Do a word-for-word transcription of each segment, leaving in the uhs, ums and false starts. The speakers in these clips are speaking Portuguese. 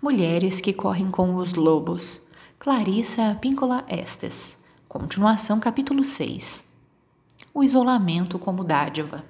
Mulheres que correm com os lobos. Clarissa Pinkola Estes. Continuação, capítulo seis. O isolamento como dádiva.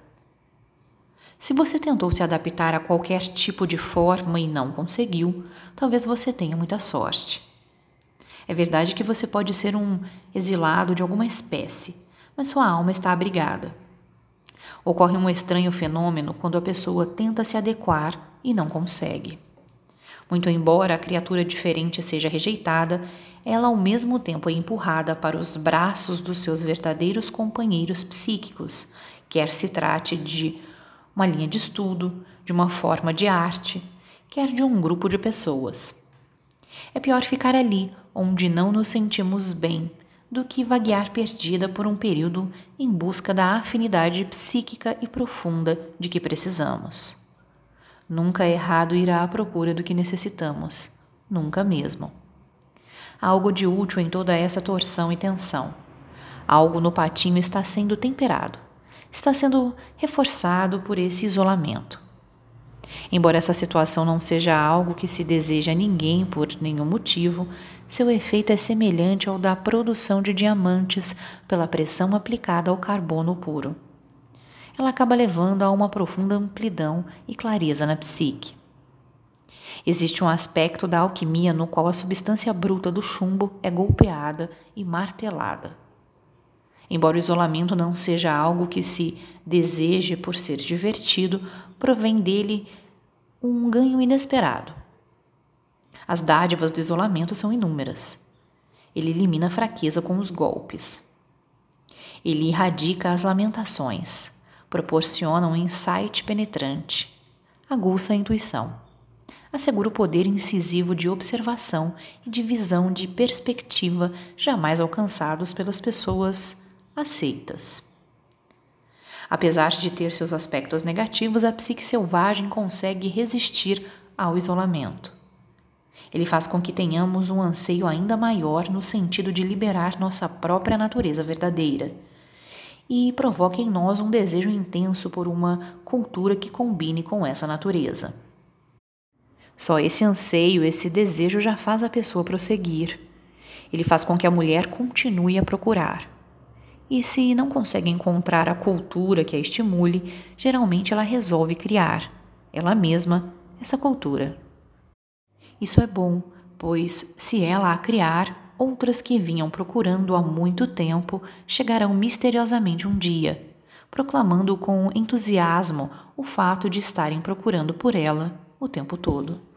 Se você tentou se adaptar a qualquer tipo de forma e não conseguiu, talvez você tenha muita sorte. É verdade que você pode ser um exilado de alguma espécie, mas sua alma está abrigada. Ocorre um estranho fenômeno quando a pessoa tenta se adequar e não consegue. Muito embora a criatura diferente seja rejeitada, ela ao mesmo tempo é empurrada para os braços dos seus verdadeiros companheiros psíquicos, quer se trate de uma linha de estudo, de uma forma de arte, quer de um grupo de pessoas. É pior ficar ali, onde não nos sentimos bem, do que vaguear perdida por um período em busca da afinidade psíquica e profunda de que precisamos. Nunca é errado ir à procura do que necessitamos, nunca mesmo. Há algo de útil em toda essa torção e tensão. Algo no patinho está sendo temperado, está sendo reforçado por esse isolamento. Embora essa situação não seja algo que se deseja a ninguém por nenhum motivo, seu efeito é semelhante ao da produção de diamantes pela pressão aplicada ao carbono puro. Ela acaba levando a uma profunda amplidão e clareza na psique. Existe um aspecto da alquimia no qual a substância bruta do chumbo é golpeada e martelada. Embora o isolamento não seja algo que se deseje por ser divertido, provém dele um ganho inesperado. As dádivas do isolamento são inúmeras. Ele elimina a fraqueza com os golpes. Ele erradica as lamentações, proporciona um insight penetrante, aguça a intuição, assegura o poder incisivo de observação e de visão de perspectiva jamais alcançados pelas pessoas aceitas. Apesar de ter seus aspectos negativos, a psique selvagem consegue resistir ao isolamento. Ele faz com que tenhamos um anseio ainda maior no sentido de liberar nossa própria natureza verdadeira e provoca em nós um desejo intenso por uma cultura que combine com essa natureza. Só esse anseio, esse desejo já faz a pessoa prosseguir. Ele faz com que a mulher continue a procurar. E se não consegue encontrar a cultura que a estimule, geralmente ela resolve criar, ela mesma, essa cultura. Isso é bom, pois se ela a criar, outras que vinham procurando há muito tempo chegarão misteriosamente um dia, proclamando com entusiasmo o fato de estarem procurando por ela o tempo todo.